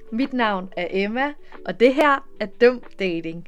Mit navn er Emma, og det her er Dum Dating.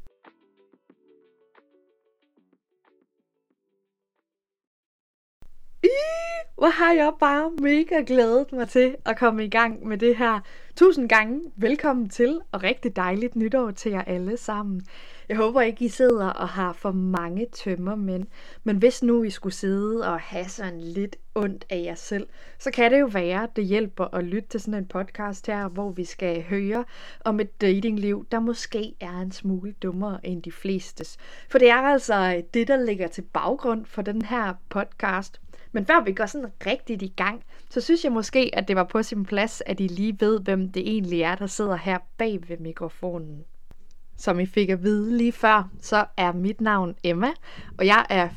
Hvor har jeg bare mega glædet mig til at komme i gang med det her. 1000 gange velkommen til, og rigtig dejligt nytår til jer alle sammen. Jeg håber ikke, I sidder og har for mange tømmermænd, men hvis nu I skulle sidde og have sådan lidt ondt af jer selv, så kan det jo være, at det hjælper at lytte til sådan en podcast her, hvor vi skal høre om et datingliv, der måske er en smule dummere end de flestes. For det er altså det, der ligger til baggrund for den her podcast. Men før vi går sådan rigtigt i gang, så synes jeg måske, at det var på sin plads, at I lige ved, hvem det egentlig er, der sidder her bag ved mikrofonen. Som I fik at vide lige før, så er mit navn Emma, og jeg er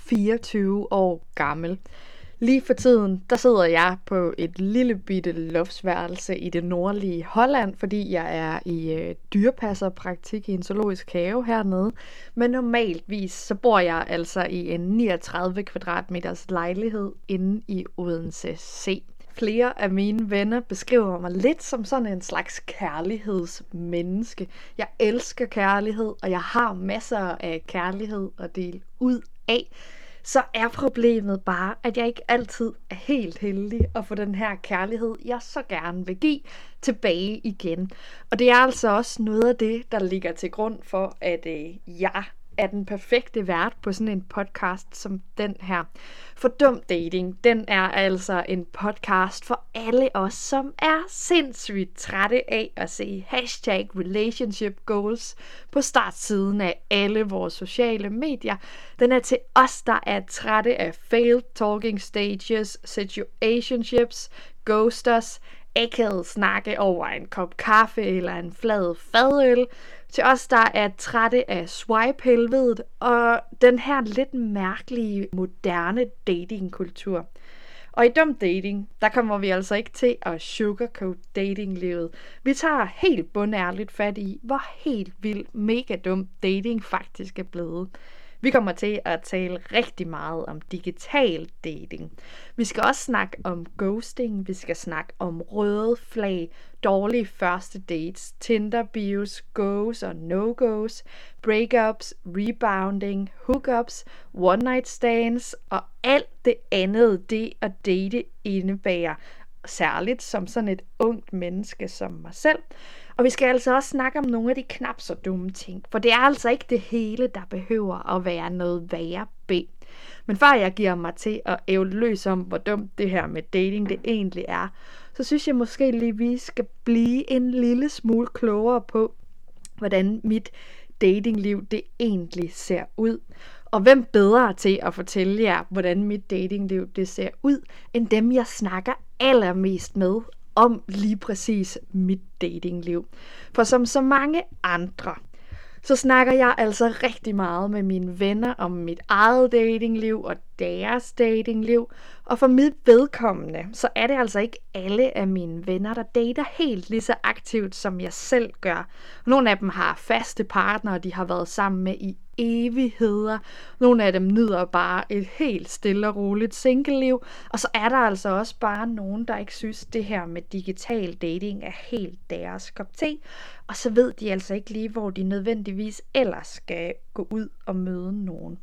24 år gammel. Lige for tiden, der sidder jeg på et lille bitte loftsværelse i det nordlige Holland, fordi jeg er i dyrepasserpraktik i en zoologisk have hernede. Men normaltvis, så bor jeg altså i en 39 kvadratmeters lejlighed inde i Odense C. Flere af mine venner beskriver mig lidt som sådan en slags kærlighedsmenneske. Jeg elsker kærlighed, og jeg har masser af kærlighed at dele ud af. Så er problemet bare, at jeg ikke altid er helt heldig at få den her kærlighed, jeg så gerne vil give, tilbage igen. Og det er altså også noget af det, der ligger til grund for, at jeg er den perfekte vært på sådan en podcast som den her. For Dum Dating, den er altså en podcast for alle os, som er sindssygt trætte af at se #relationship goals på startsiden af alle vores sociale medier. Den er til os, der er trætte af failed talking stages, situationships, ghosters, akavet snakke over en kop kaffe eller en flad fadøl, til os, der er trætte af swipe-helvedet og den her lidt mærkelige, moderne datingkultur. Og i Dum Dating, der kommer vi altså ikke til at sugarcoat datinglivet. Vi tager helt bundærligt fat i, hvor helt vildt mega dum dating faktisk er blevet. Vi kommer til at tale rigtig meget om digital dating. Vi skal også snakke om ghosting, vi skal snakke om røde flag, dårlige første dates, Tinder bios, goes og no-goes, breakups, rebounding, hookups, one night stands og alt det andet, det at date indebærer. Særligt som sådan et ungt menneske som mig selv. Og vi skal altså også snakke om nogle af de knap så dumme ting, for det er altså ikke det hele, der behøver at være noget værre B. Men før jeg giver mig til at ævle løs om, hvor dumt det her med dating det egentlig er, så synes jeg måske lige, vi skal blive en lille smule klogere på, hvordan mit datingliv det egentlig ser ud. Og hvem bedre til at fortælle jer, hvordan mit datingliv det ser ud, end dem jeg snakker allermest med om lige præcis mit datingliv. For som så mange andre, så snakker jeg altså rigtig meget med mine venner om mit eget datingliv og deres datingliv. Og for mit vedkommende, så er det altså ikke alle af mine venner, der dater helt lige så aktivt, som jeg selv gør. Nogle af dem har faste partnere, de har været sammen med i evigheder. Nogle af dem nyder bare et helt stille og roligt single-liv. Og så er der altså også bare nogen, der ikke synes, det her med digital dating er helt deres kop te. Og så ved de altså ikke lige, hvor de nødvendigvis ellers skal gå ud og møde nogen.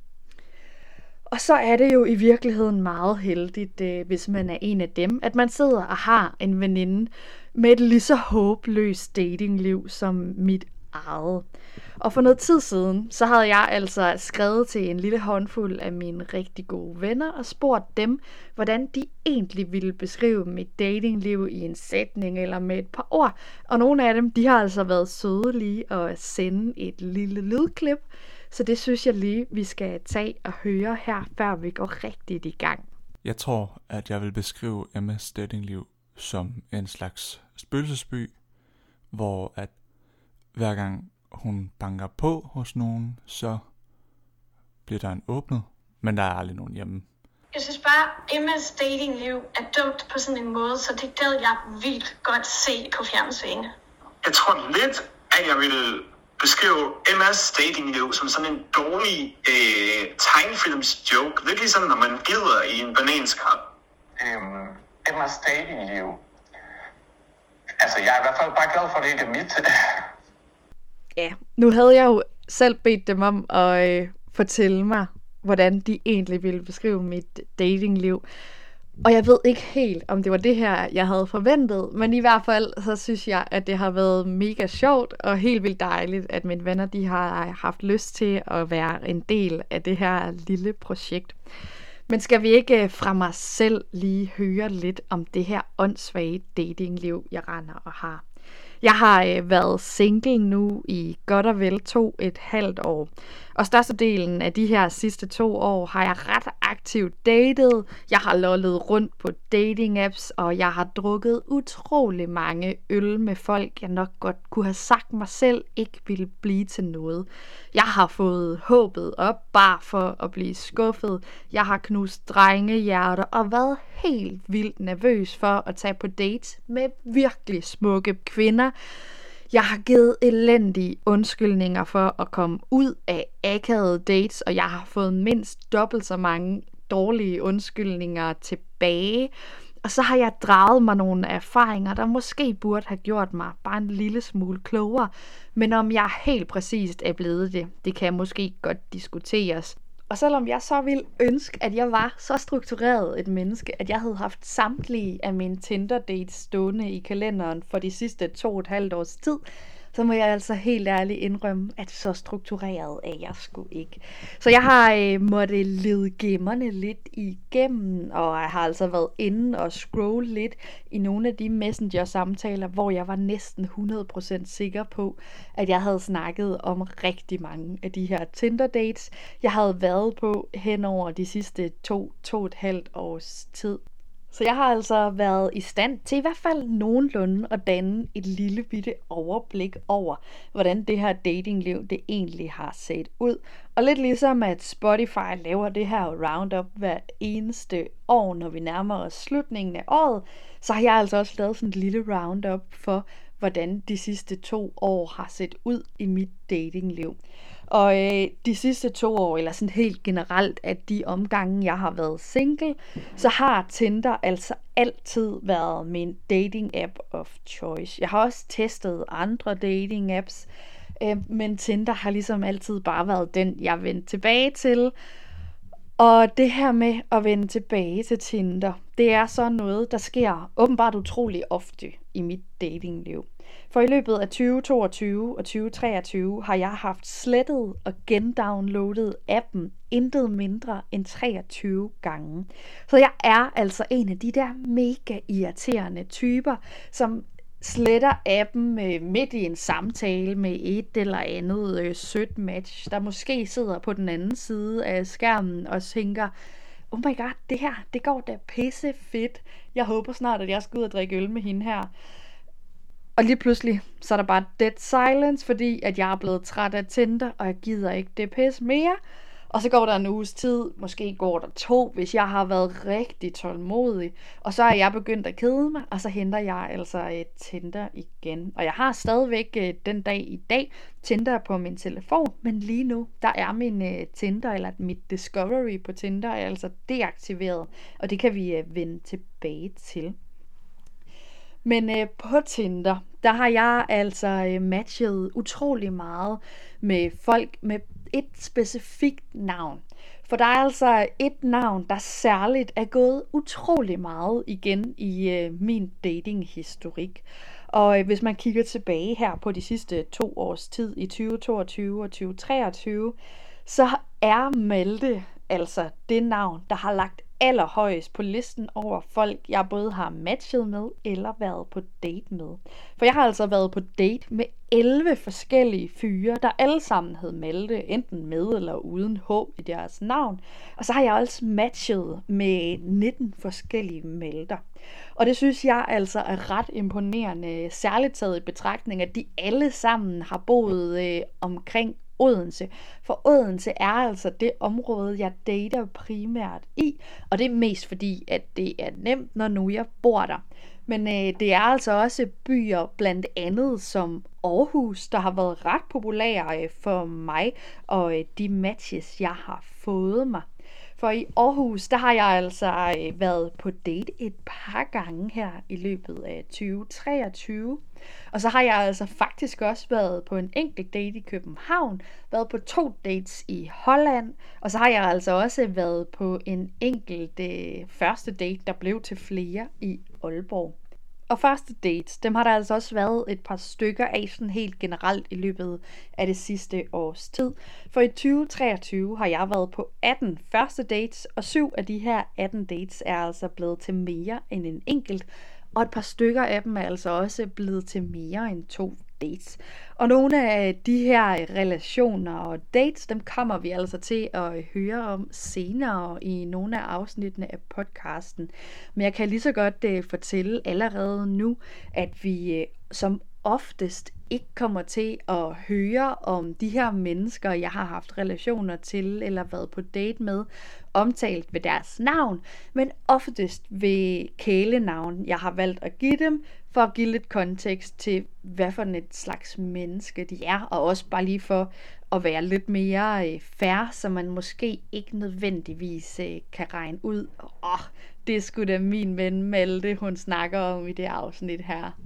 Og så er det jo i virkeligheden meget heldigt, hvis man er en af dem, at man sidder og har en veninde med et lige så håbløst datingliv som mit eget. Og for noget tid siden, så havde jeg altså skrevet til en lille håndfuld af mine rigtig gode venner og spurgt dem, hvordan de egentlig ville beskrive mit datingliv i en sætning eller med et par ord. Og nogle af dem, de har altså været søde lige at sende et lille lydklip. Så det synes jeg lige, vi skal tage og høre her, før vi går rigtigt i gang. Jeg tror, at jeg vil beskrive Emmas datingliv som en slags spøgelsesby, hvor at hver gang hun banker på hos nogen, så bliver der en åbnet, men der er aldrig nogen hjemme. Jeg synes bare, Emmas datingliv er dumt på sådan en måde, så det gad jeg vildt godt se på fjernsyn. Jeg tror lidt, at jeg vil beskrive Emmas datingliv som sådan en dårlig tegnefilms joke. Lidt ligesom når man glider i en bananskal. Emmas datingliv Altså, jeg er i hvert fald bare glad for, at det ikke er mit. Ja, nu havde jeg jo selv bedt dem om at fortælle mig, hvordan de egentlig ville beskrive mit datingliv. Og jeg ved ikke helt, om det var det her, jeg havde forventet, men i hvert fald, så synes jeg, at det har været mega sjovt og helt vildt dejligt, at mine venner, de har haft lyst til at være en del af det her lille projekt. Men skal vi ikke fra mig selv lige høre lidt om det her åndssvage datingliv, jeg render og har? Jeg har været single nu i godt og vel 2,5 år. Og størstedelen af de her sidste 2 år har jeg ret aktivt datet. Jeg har lollet rundt på dating apps, og jeg har drukket utrolig mange øl med folk, jeg nok godt kunne have sagt mig selv ikke ville blive til noget. Jeg har fået håbet op bare for at blive skuffet. Jeg har knust drengehjerter og været helt vildt nervøs for at tage på dates med virkelig smukke kvinder. Jeg har givet elendige undskyldninger for at komme ud af akavede dates, og jeg har fået mindst dobbelt så mange dårlige undskyldninger tilbage. Og så har jeg draget mig nogle erfaringer, der måske burde have gjort mig bare en lille smule klogere. Men om jeg helt præcist er blevet det kan måske godt diskuteres. Og selvom jeg så ville ønske, at jeg var så struktureret et menneske, at jeg havde haft samtlige af mine Tinder-dates stående i kalenderen for de sidste 2,5 års tid, så må jeg altså helt ærligt indrømme, at så struktureret er jeg sgu ikke. Så jeg har måttet lede gemmerne lidt igennem, og jeg har altså været inde og scrolle lidt i nogle af de messenger-samtaler, hvor jeg var næsten 100% sikker på, at jeg havde snakket om rigtig mange af de her Tinder-dates, jeg havde været på hen over de sidste 2,5 års tid. Så jeg har altså været i stand til i hvert fald nogenlunde at danne et lille bitte overblik over, hvordan det her datingliv det egentlig har set ud. Og lidt ligesom at Spotify laver det her roundup hver eneste år, når vi nærmer os slutningen af året, så har jeg altså også lavet sådan et lille roundup for, hvordan de sidste 2 år har set ud i mit datingliv. Og de sidste 2 år, eller sådan helt generelt, at de omgange, jeg har været single, så har Tinder altså altid været min dating app of choice. Jeg har også testet andre dating apps, men Tinder har ligesom altid bare været den, jeg vendte tilbage til. Og det her med at vende tilbage til Tinder, det er så noget, der sker åbenbart utrolig ofte i mit datingliv. For i løbet af 2022 og 2023 har jeg haft slettet og gendownloadet appen intet mindre end 23 gange. Så jeg er altså en af de der mega irriterende typer, som sletter appen midt i en samtale med et eller andet sødt match, der måske sidder på den anden side af skærmen og tænker, oh my god, det her, det går da pisse fedt. Jeg håber snart, at jeg skal ud og drikke øl med hende her. Og lige pludselig, så er der bare dead silence, fordi at jeg er blevet træt af Tinder, og jeg gider ikke det pisse mere. Og så går der en uges tid, måske går der 2, hvis jeg har været rigtig tålmodig. Og så er jeg begyndt at kede mig, og så henter jeg altså Tinder igen. Og jeg har stadigvæk den dag i dag Tinder på min telefon, men lige nu, der er min Tinder, eller mit Discovery på Tinder, er altså deaktiveret. Og det kan vi vende tilbage til. Men på Tinder, der har jeg altså matchet utrolig meget med folk med et specifikt navn. For der er altså et navn, der særligt er gået utrolig meget igen i min datinghistorik. Og hvis man kigger tilbage her på de sidste 2 års tid i 2022 og 2023, så er Malte altså det navn, der har lagt allerhøjest på listen over folk, jeg både har matchet med eller været på date med. For jeg har altså været på date med 11 forskellige fyre, der alle sammen hed Malte, enten med eller uden H i deres navn. Og så har jeg også matchet med 19 forskellige Malter. Og det synes jeg altså er ret imponerende, særligt taget i betragtning, at de alle sammen har boet omkring Odense. For Odense er altså det område, jeg dater primært i, og det er mest fordi, at det er nemt, når nu jeg bor der. Men det er altså også byer blandt andet som Aarhus, der har været ret populære for mig og de matches, jeg har fået mig. For i Aarhus, der har jeg altså været på date et par gange her i løbet af 2023. Og så har jeg altså faktisk også været på en enkelt date i København, været på 2 dates i Holland, og så har jeg altså også været på en enkelt første date, der blev til flere i Aalborg. Og første dates, dem har der altså også været et par stykker af sådan helt generelt i løbet af det sidste års tid. For i 2023 har jeg været på 18 første dates, og 7 af de her 18 dates er altså blevet til mere end en enkelt. Og et par stykker af dem er altså også blevet til mere end 2 dates. Og nogle af de her relationer og dates, dem kommer vi altså til at høre om senere i nogle af afsnittene af podcasten. Men jeg kan lige så godt fortælle allerede nu, at vi som oftest ikke kommer til at høre om de her mennesker, jeg har haft relationer til eller været på date med, omtalt ved deres navn, men oftest ved kælenavn, jeg har valgt at give dem, for at give lidt kontekst til, hvad for et slags menneske de er, og også bare lige for at være lidt mere fair, så man måske ikke nødvendigvis kan regne ud, det er sgu da min ven Malte, hun snakker om i det afsnit her.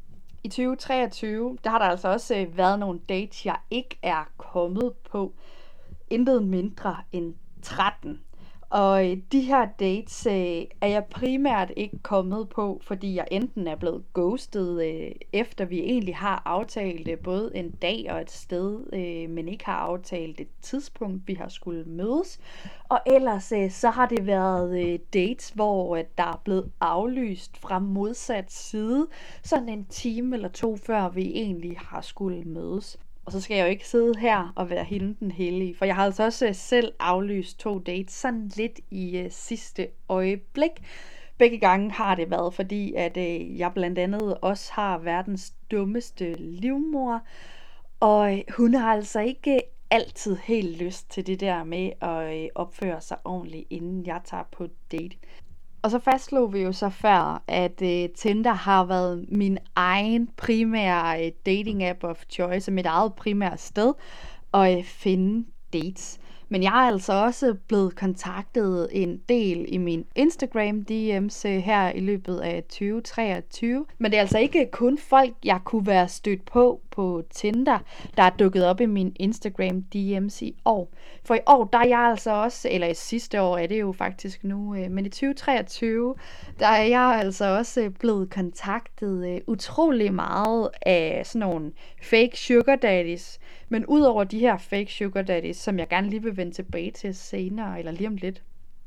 I 2023, der har der altså også været nogle dates, jeg ikke er kommet på. Intet mindre end 13. Og de her dates er jeg primært ikke kommet på, fordi jeg enten er blevet ghostet, efter vi egentlig har aftalt både en dag og et sted, men ikke har aftalt et tidspunkt, vi har skulle mødes. Og ellers så har det været dates, hvor der er blevet aflyst fra modsat side, sådan en time eller 2 før vi egentlig har skulle mødes. Og så skal jeg jo ikke sidde her og være hende den hellige, for jeg har altså også selv aflyst 2 dates sådan lidt i sidste øjeblik. Begge gange har det været, fordi at jeg blandt andet også har verdens dummeste livmor, og hun har altså ikke altid helt lyst til det der med at opføre sig ordentligt, inden jeg tager på date. Og så fastslog vi jo så før, at Tinder har været min egen primære dating-app of choice, og mit eget primære sted at finde dates. Men jeg er altså også blevet kontaktet en del i min Instagram DM's her i løbet af 2023. Men det er altså ikke kun folk, jeg kunne være stødt på Tinder, der er dukket op i min Instagram DM's i år. For i år, der er jeg altså også, eller i sidste år er det jo faktisk nu, men i 2023, der er jeg altså også blevet kontaktet utrolig meget af sådan nogle fake sugar daddies. Men udover de her fake sugar daddies, som jeg gerne lige vil vende tilbage til senere, eller lige om lidt,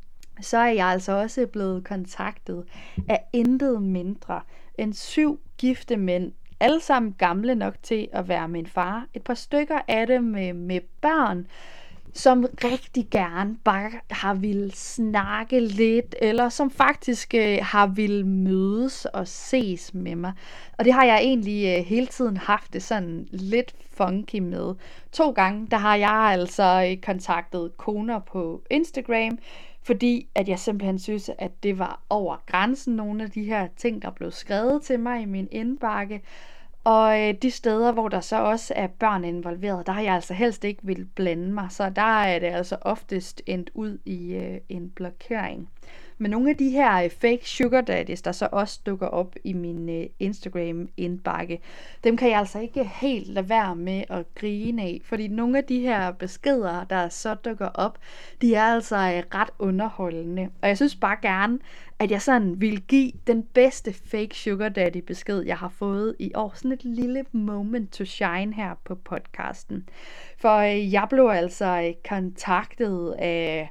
så er jeg altså også blevet kontaktet af intet mindre end 7 gifte mænd. Alle sammen gamle nok til at være min far. Et par stykker af dem med børn, som rigtig gerne bare har ville snakke lidt, eller som faktisk har ville mødes og ses med mig. Og det har jeg egentlig hele tiden haft det sådan lidt funky med. 2 gange, der har jeg altså kontaktet koner på Instagram, fordi at jeg simpelthen synes, at det var over grænsen, nogle af de her ting, der blev skrevet til mig i min indbakke. Og de steder, hvor der så også er børn involveret, der har jeg altså helst ikke vil blande mig. Så der er det altså oftest endt ud i en blokering. Men nogle af de her fake sugar daddies, der så også dukker op i min Instagram-indbakke, dem kan jeg altså ikke helt lade være med at grine af. Fordi nogle af de her beskeder, der så dukker op, de er altså ret underholdende. Og jeg synes bare gerne, at jeg sådan vil give den bedste fake sugar daddy besked, jeg har fået i år. Sådan et lille moment to shine her på podcasten. For jeg blev altså kontaktet af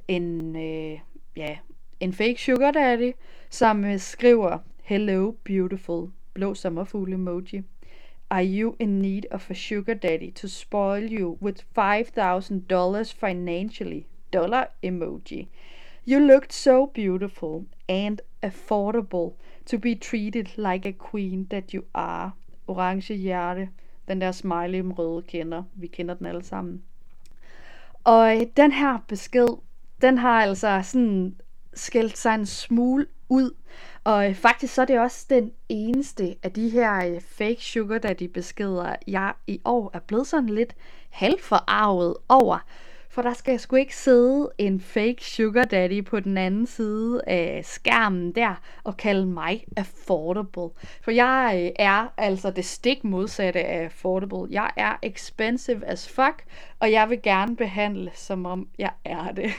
en fake sugar daddy, som skriver, "Hello beautiful", blå sommerfugle emoji. "Are you in need of a sugar daddy to spoil you with $5,000 financially? Dollar emoji. You looked so beautiful and affordable to be treated like a queen that you are." Orange hjerte. Den der smiley med røde kender. Vi kender den alle sammen. Og den her besked, den har altså sådan skældt sig en smule ud. Og faktisk så er det også den eneste af de her fake sugar daddy beskeder, jeg i år er blevet sådan lidt halvforarvet over. For der skal sgu ikke sidde en fake sugar daddy på den anden side af skærmen der og kalde mig affordable. For jeg er altså det stik modsatte af affordable. Jeg er expensive as fuck, og jeg vil gerne behandle, som om jeg er det.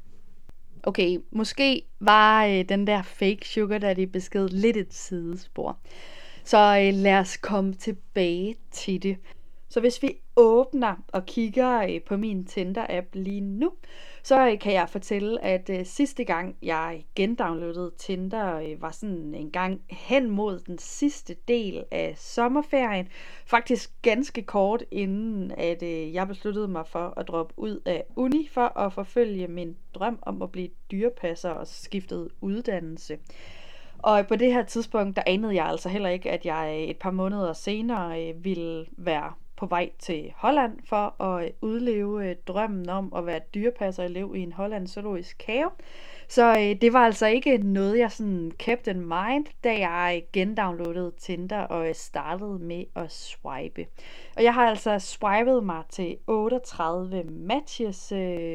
Okay, måske var den der fake sugar daddy besked lidt et sidespor. Så lad os komme tilbage til det. Så hvis vi åbner og kigger på min Tinder-app lige nu, så kan jeg fortælle, at sidste gang jeg gendownloadede Tinder, var sådan en gang hen mod den sidste del af sommerferien. Faktisk ganske kort inden, at jeg besluttede mig for at droppe ud af uni for at forfølge min drøm om at blive dyrepasser og skiftede uddannelse. Og på det her tidspunkt, der anede jeg altså heller ikke, at jeg et par måneder senere ville være på vej til Holland for at udleve drømmen om at være dyrepasserelev i en hollandsk zoologisk have. Så det var altså ikke noget, jeg sådan kept in mind, da jeg gendownloadede Tinder og startede med at swipe. Og jeg har altså swipet mig til 38 matches,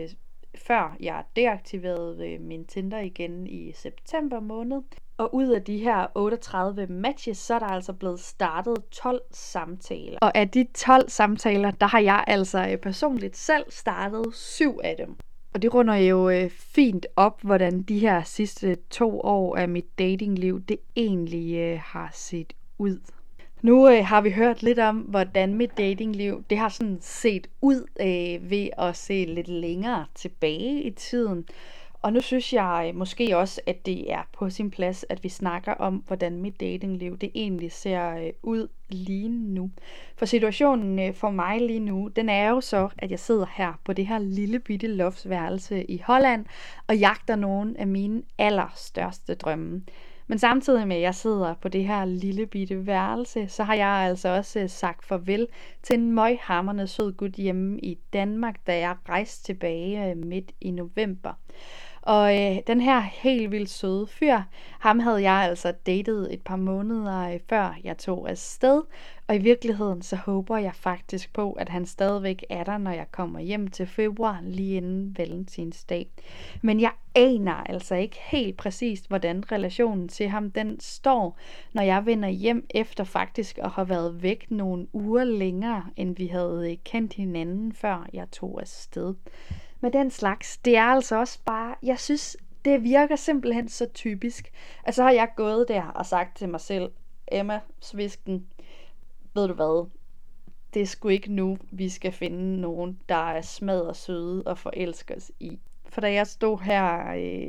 før jeg deaktiverede min Tinder igen i september måned. Og ud af de her 38 matches, så er der altså blevet startet 12 samtaler. Og af de 12 samtaler, der har jeg altså personligt selv startet 7 af dem. Og det runder jo fint op, hvordan de her sidste 2 år af mit datingliv, det egentlig har set ud. Nu har vi hørt lidt om, hvordan mit datingliv, det har sådan set ud ved at se lidt længere tilbage i tiden. Og nu synes jeg måske også, at det er på sin plads, at vi snakker om, hvordan mit datingliv det egentlig ser ud lige nu. For situationen for mig lige nu, den er jo så, at jeg sidder her på det her lille bitte loftsværelse i Holland og jagter nogle af mine allerstørste drømme. Men samtidig med, at jeg sidder på det her lille bitte værelse, så har jeg altså også sagt farvel til en møghamrende sød gut hjemme i Danmark, da jeg rejste tilbage midt i november. Og den her helt vildt søde fyr, ham havde jeg altså datet et par måneder før jeg tog afsted. Og i virkeligheden så håber jeg faktisk på, at han stadigvæk er der, når jeg kommer hjem til februar, lige inden valentinsdag. Men jeg aner altså ikke helt præcist, hvordan relationen til ham den står, når jeg vender hjem efter faktisk at have været væk nogle uger længere, end vi havde kendt hinanden, før jeg tog afsted. Men den slags, det er altså også bare, jeg synes, det virker simpelthen så typisk. Altså har jeg gået der og sagt til mig selv, Emma, svisken, ved du hvad, det er sgu ikke nu, vi skal finde nogen, der er smadret søde og forelsker os i. For da jeg stod her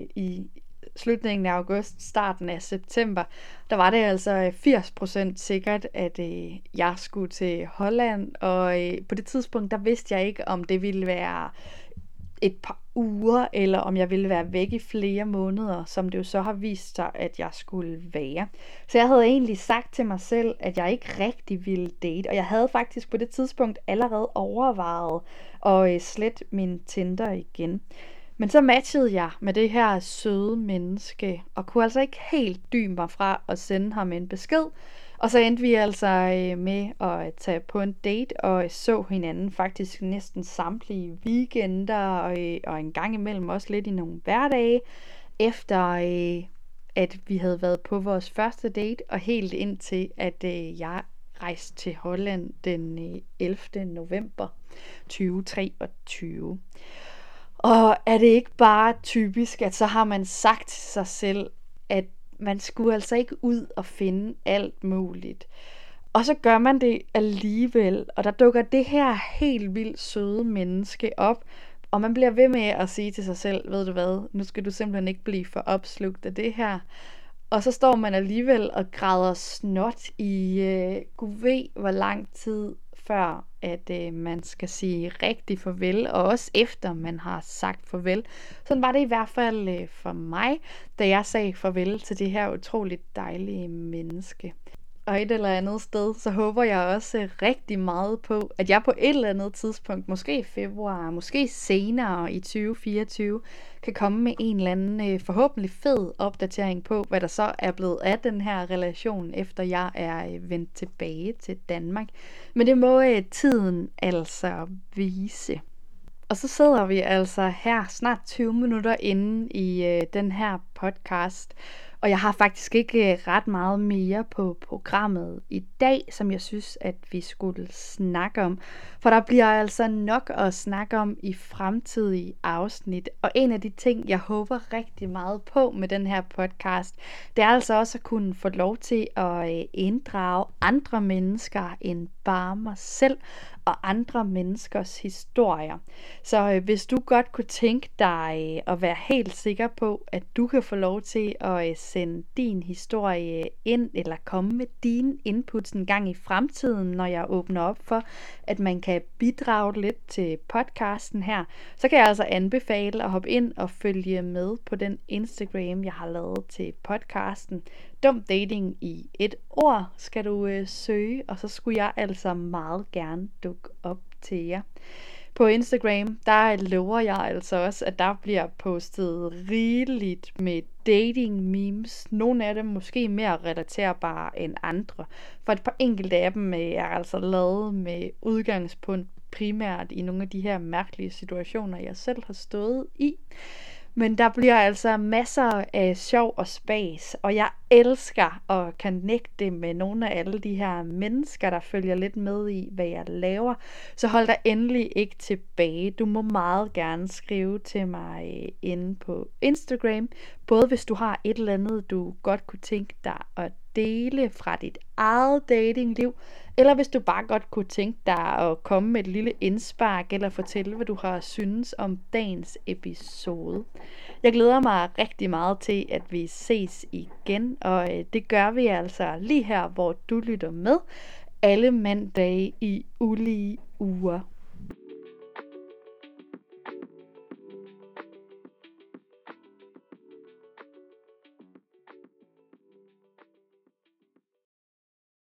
i slutningen af august, starten af september, der var det altså 80% sikkert, at jeg skulle til Holland. Og på det tidspunkt, der vidste jeg ikke, om det ville være et par uger, eller om jeg ville være væk i flere måneder, som det jo så har vist sig, at jeg skulle være. Så jeg havde egentlig sagt til mig selv, at jeg ikke rigtig ville date, og jeg havde faktisk på det tidspunkt allerede overvejet at slette min Tinder igen. Men så matchede jeg med det her søde menneske, og kunne altså ikke helt dybe mig fra at sende ham en besked. Og så endte vi altså med at tage på en date og så hinanden faktisk næsten samtlige weekender og en gang imellem også lidt i nogle hverdage, efter at vi havde været på vores første date og helt indtil at jeg rejste til Holland den 11. november 2023. Og er det ikke bare typisk, at så har man sagt til sig selv, at man skulle altså ikke ud og finde alt muligt. Og så gør man det alligevel, og der dukker det her helt vildt søde menneske op, og man bliver ved med at sige til sig selv, ved du hvad, nu skal du simpelthen ikke blive for opslugt af det her. Og så står man alligevel og græder snot i gud ved hvor lang tid før, at man skal sige rigtig farvel, og også efter man har sagt farvel. Sådan var det i hvert fald for mig, da jeg sagde farvel til det her utroligt dejlige menneske. Og et eller andet sted, så håber jeg også rigtig meget på, at jeg på et eller andet tidspunkt, måske i februar, måske senere i 2024, kan komme med en eller anden forhåbentlig fed opdatering på, hvad der så er blevet af den her relation, efter jeg er vendt tilbage til Danmark. Men det må tiden altså vise. Og så sidder vi altså her snart 20 minutter inde i den her podcast. Og jeg har faktisk ikke ret meget mere på programmet i dag, som jeg synes, at vi skulle snakke om. For der bliver altså nok at snakke om i fremtidige afsnit. Og en af de ting, jeg håber rigtig meget på med den her podcast, det er altså også at kunne få lov til at inddrage andre mennesker end bare mig selv og andre menneskers historier. Så hvis du godt kunne tænke dig at være helt sikker på, at du kan få lov til at sende din historie ind, eller komme med dine inputs en gang i fremtiden, når jeg åbner op for, at man kan bidrage lidt til podcasten her, så kan jeg altså anbefale at hoppe ind og følge med på den Instagram, jeg har lavet til podcasten. Dum Dating i et ord skal du søge, og så skulle jeg altså meget gerne dukke op til jer. På Instagram, der lover jeg altså også, at der bliver postet rigeligt med dating memes. Nogle af dem måske mere relaterbare end andre. For et par enkelte af dem er altså lavet med udgangspunkt primært i nogle af de her mærkelige situationer, jeg selv har stået i. Men der bliver altså masser af sjov og spas, og jeg elsker at connecte med nogle af alle de her mennesker, der følger lidt med i, hvad jeg laver. Så hold dig endelig ikke tilbage. Du må meget gerne skrive til mig inde på Instagram, både hvis du har et eller andet, du godt kunne tænke dig at dele fra dit eget datingliv, eller hvis du bare godt kunne tænke dig at komme med et lille indspark, eller fortælle, hvad du har synes om dagens episode. Jeg glæder mig rigtig meget til, at vi ses igen, og det gør vi altså lige her, hvor du lytter med, alle mandage i ulige uger.